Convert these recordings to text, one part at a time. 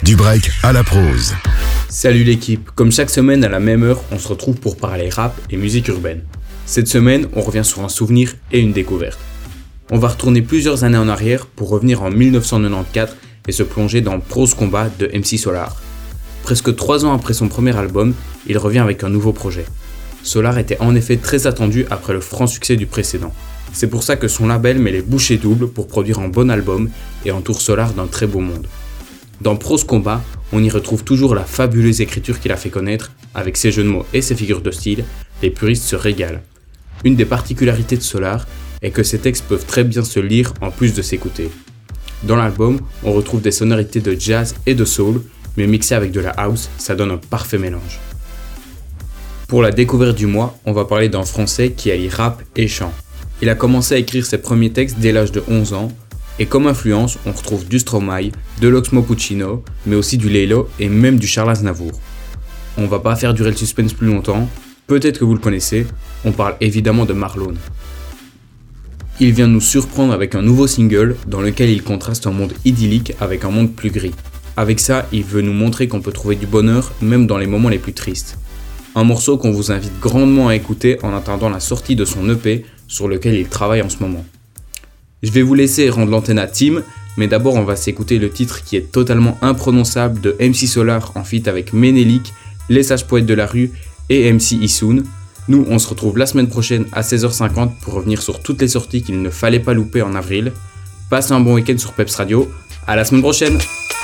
Du break à la prose. Salut l'équipe, comme chaque semaine à la même heure, on se retrouve pour parler rap et musique urbaine. Cette semaine, on revient sur un souvenir et une découverte. On va retourner plusieurs années en arrière pour revenir en 1994 et se plonger dans Prose Combat de MC Solar. Presque 3 ans après son premier album, il revient avec un nouveau projet. Solar était en effet très attendu après le franc succès du précédent. C'est pour ça que son label met les bouchées doubles pour produire un bon album et entoure Solar d'un très beau monde. Dans Prose Combat, on y retrouve toujours la fabuleuse écriture qu'il a fait connaître, avec ses jeux de mots et ses figures de style, les puristes se régalent. Une des particularités de Solar est que ses textes peuvent très bien se lire en plus de s'écouter. Dans l'album, on retrouve des sonorités de jazz et de soul, mais mixées avec de la house, ça donne un parfait mélange. Pour la découverte du mois, on va parler d'un Français qui allie rap et chant. Il a commencé à écrire ses premiers textes dès l'âge de 11 ans, et comme influence, on retrouve du Stromae, de l'Oxmo Puccino, mais aussi du Laylo et même du Charles Aznavour. On va pas faire durer le suspense plus longtemps, peut-être que vous le connaissez, on parle évidemment de Marlon. Il vient nous surprendre avec un nouveau single dans lequel il contraste un monde idyllique avec un monde plus gris. Avec ça, il veut nous montrer qu'on peut trouver du bonheur même dans les moments les plus tristes. Un morceau qu'on vous invite grandement à écouter en attendant la sortie de son EP sur lequel il travaille en ce moment. Je vais vous laisser rendre l'antenne à Tim, mais d'abord on va s'écouter le titre qui est totalement imprononçable de MC Solar en feat avec Ménélique, Les Sages Poètes de la Rue et MC Issoun. Nous on se retrouve la semaine prochaine à 16h50 pour revenir sur toutes les sorties qu'il ne fallait pas louper en avril. Passez un bon week-end sur Peps Radio, à la semaine prochaine.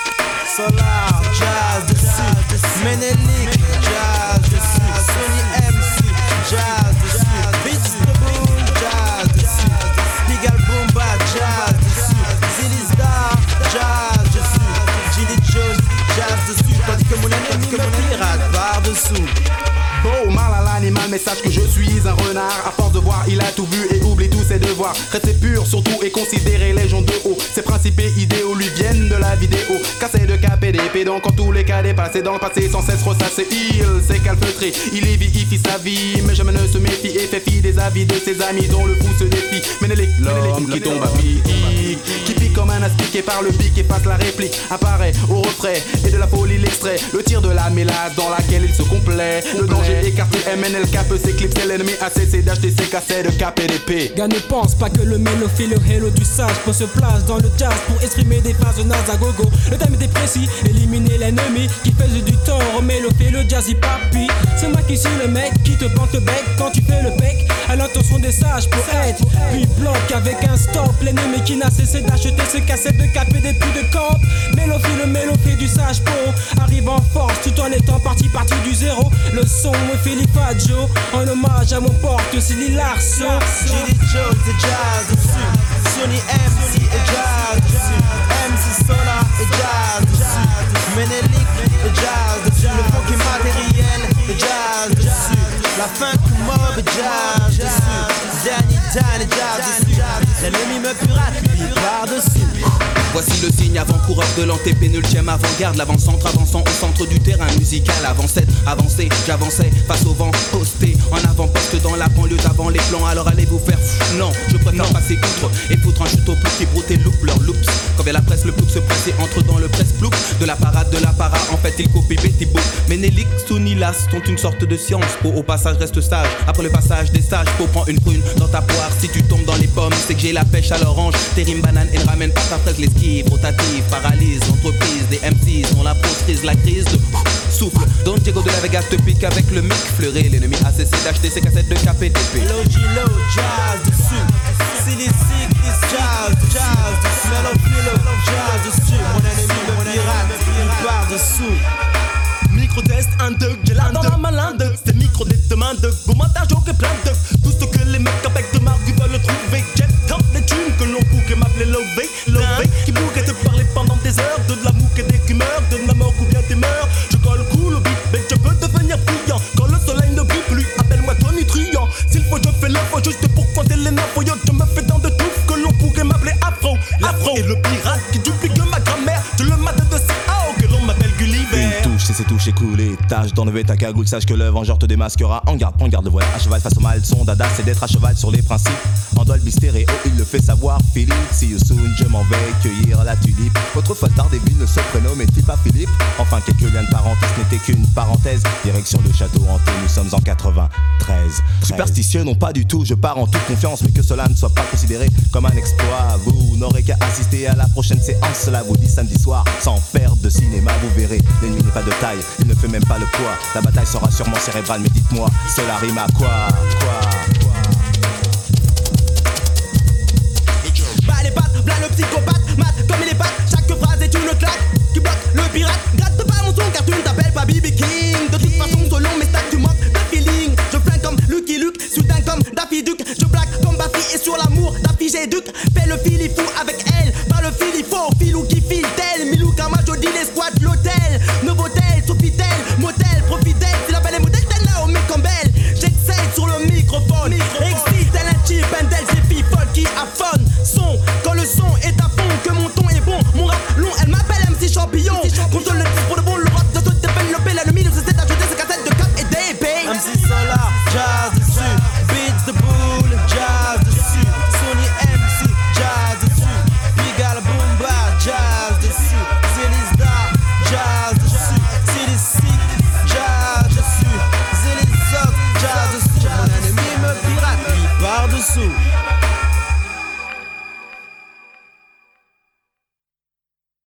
Solar, jazz dessus, Ménélique, jazz dessus, Sony MC, jazz dessus, Beats the Boom, jazz dessus, Big Album Bad, jazz dessus, Zilizda, jazz dessus, Gilly Jones, jazz dessus, tandis que mon ennemi me pirate par-dessous. Oh, mal à l'animal, mais sache que je suis un renard. À force de voir, il a tout vu et oublie tous ses devoirs. Rester pur surtout et considérer les gens de haut. Ses principes et idéaux lui viennent de la vidéo. Cassé de cap et d'épée, donc en tous les cas dépassé dans le passé sans cesse ressassé. Il s'est calfeutré, il vivifie sa vie, mais jamais ne se méfie et fait fi des avis de ses amis dont le fou se défie. Ménélique, l'homme qui tombe à pic, qui pique comme un aspic et par le pic efface la réplique. Apparaît au refrain et de la folie l'extrait. Le tir de la mélasse dans laquelle il se complaît. Le danger écarté, MNLK peut s'éclipser. L'ennemi a cessé d'acheter ses cassettes de cap et d'épée. Gars ne pense pas que le mélophile, le hello du sage peut se place dans le jazz pour exprimer des phases nazes à gogo. Le thème était précis, éliminer l'ennemi qui faisait du tort au mélophile, le jazzy papi. C'est moi qui suis le mec qui te plante le bec quand tu fais le bec à l'intention des sages poètes. Puis bloque avec un stop l'ennemi qui n'a cessé d'acheter ses cassettes de cap et d'épée de camp. Mélophile du sage po arrive en force tout en étant parti du zéro. Le son est Philippe Adjo en hommage à mon porte Silly Larson. Gilly Jones et jazz dessus, Sony MC et jazz dessus, MC Solar et jazz dessus, Ménélique et jazz dessus, le funk est matériel et jazz dessus, la funk mob et jazz dessus, Danny Dan et jazz dessus, l'ennemi me pirate lui par-dessus. Voici le signe avant-coureur de l'antépénultième avant-garde. L'avant-centre avançant au centre du terrain musical. Avancé, j'avançais face au vent. Posté en avant-poste dans la banlieue d'avant les plans. Alors allez vous faire non, je préfère passer contre et foutre un chute au plus qui broute et loupe leurs loops. Quand vient la presse, le plouc se presse et entre dans le presse-plouc de la parade de la para. En fait il copie Betty Boop. Ménélique, Sounilas sont une sorte de science. Pour au passage reste sage. Après le passage des sages, faut prendre une prune dans ta poire. Si tu tombes dans les pommes, c'est que j'ai la pêche à l'orange. Tes rimes bananes et ne ramène pas ta fraise. L'esquive rotative paralyse l'entreprise. Des MCs dont la pause crise la crise de souffle. Don Diego de la Vegas te pique avec le mic fleuré. L'ennemi a cessé d'acheter ses cassettes de cap et d'épée. Logilo, jazz dessus, Silly jazz dessus, Mélophile, jazz dessus, mon ennemi me pirate, il part dessous. Micro-test, un dog, j'ai là dans la malinde. C'est micro-test de main de vos montages au que plein de tout ce que les mecs avec de marque veulent trouver. J'ai tant de thunes que l'on pourrait m'appeler Lové. Qui pourrait te parler pendant des heures de la mouque et des humeurs, de ma mort ou bien des meurs. Je colle cool au beat, mais je peux devenir brillant. Quand le soleil ne brille plus, appelle-moi Tony Triant. S'il faut, je fais l'info juste pour compter les infos. Je me fais dans de tout que l'on pourrait m'appeler Afro. Et le pirate qui duplique ma grammaire, je le mate de CA que l'on m'appelle Gulliver. Une touche touché, c'est touché, coulé. Tâche d'enlever ta cagoule, sache que le vengeur te démasquera. En garde le voilà à cheval face au mal. Son dada, c'est d'être à cheval sur les principes. En Dolby stéréo, il le fait savoir. Philippe, see you soon, je m'en vais cueillir la tulipe. Votre faltard des villes ne se prénomme-t-il pas Philippe? Enfin, quelques liens de parenté, ce n'était qu'une parenthèse. Direction le château hanté, nous sommes en 93. Superstitieux, non pas du tout, je pars en toute confiance. Mais que cela ne soit pas considéré comme un exploit. Vous n'aurez qu'à assister à la prochaine séance. Cela vous dit samedi soir, sans faire de cinéma, vous verrez. L'ennemi n'est pas de taille, il ne fait même pas le poids. La bataille sera sûrement cérébrale, mais dites-moi, cela rime à quoi? Bah les pattes, bla le psychopathe, mat comme il est pattes. Chaque phrase est une claque qui bloque le pirate. Gratte pas mon son car tu ne t'appelles pas BB King. De toute façon selon mes stats tu manques de feeling. Je flingue comme Lucky Luke, soudain comme Daffy Duke. Je blague comme Baffy et sur l'amour Daffy j'ai Duke. Fais le fil il fou avec elle, pas le fil il faut. Filou qui file tel, Milou Karma Jody les squats l'hôtel. Novotel, Sofitel, motel, profitelle. Si la belle est modèle, t'es là au Campbell. J'excelle sur le microphone. Excite tel un chip, un del, c'est people qui affonne. Son, quand le son est à fond, que mon ton est bon. Mon rap long, elle m'appelle MC Champignon. Contrôle le titre pour le bon, le rap de se développer. L'ennemi nous essaie d'ajouter ses cassettes de cap et d'épée. MC Solar, jazz dessus. Beats de boule, jazz dessus. Sony MC, jazz dessus. Pigalle Boomba, jazz dessus. Zélizda, jazz dessus. City Sick, jazz dessus. Zélizok, jazz dessus. Mon ennemi me pirate, lui par dessous.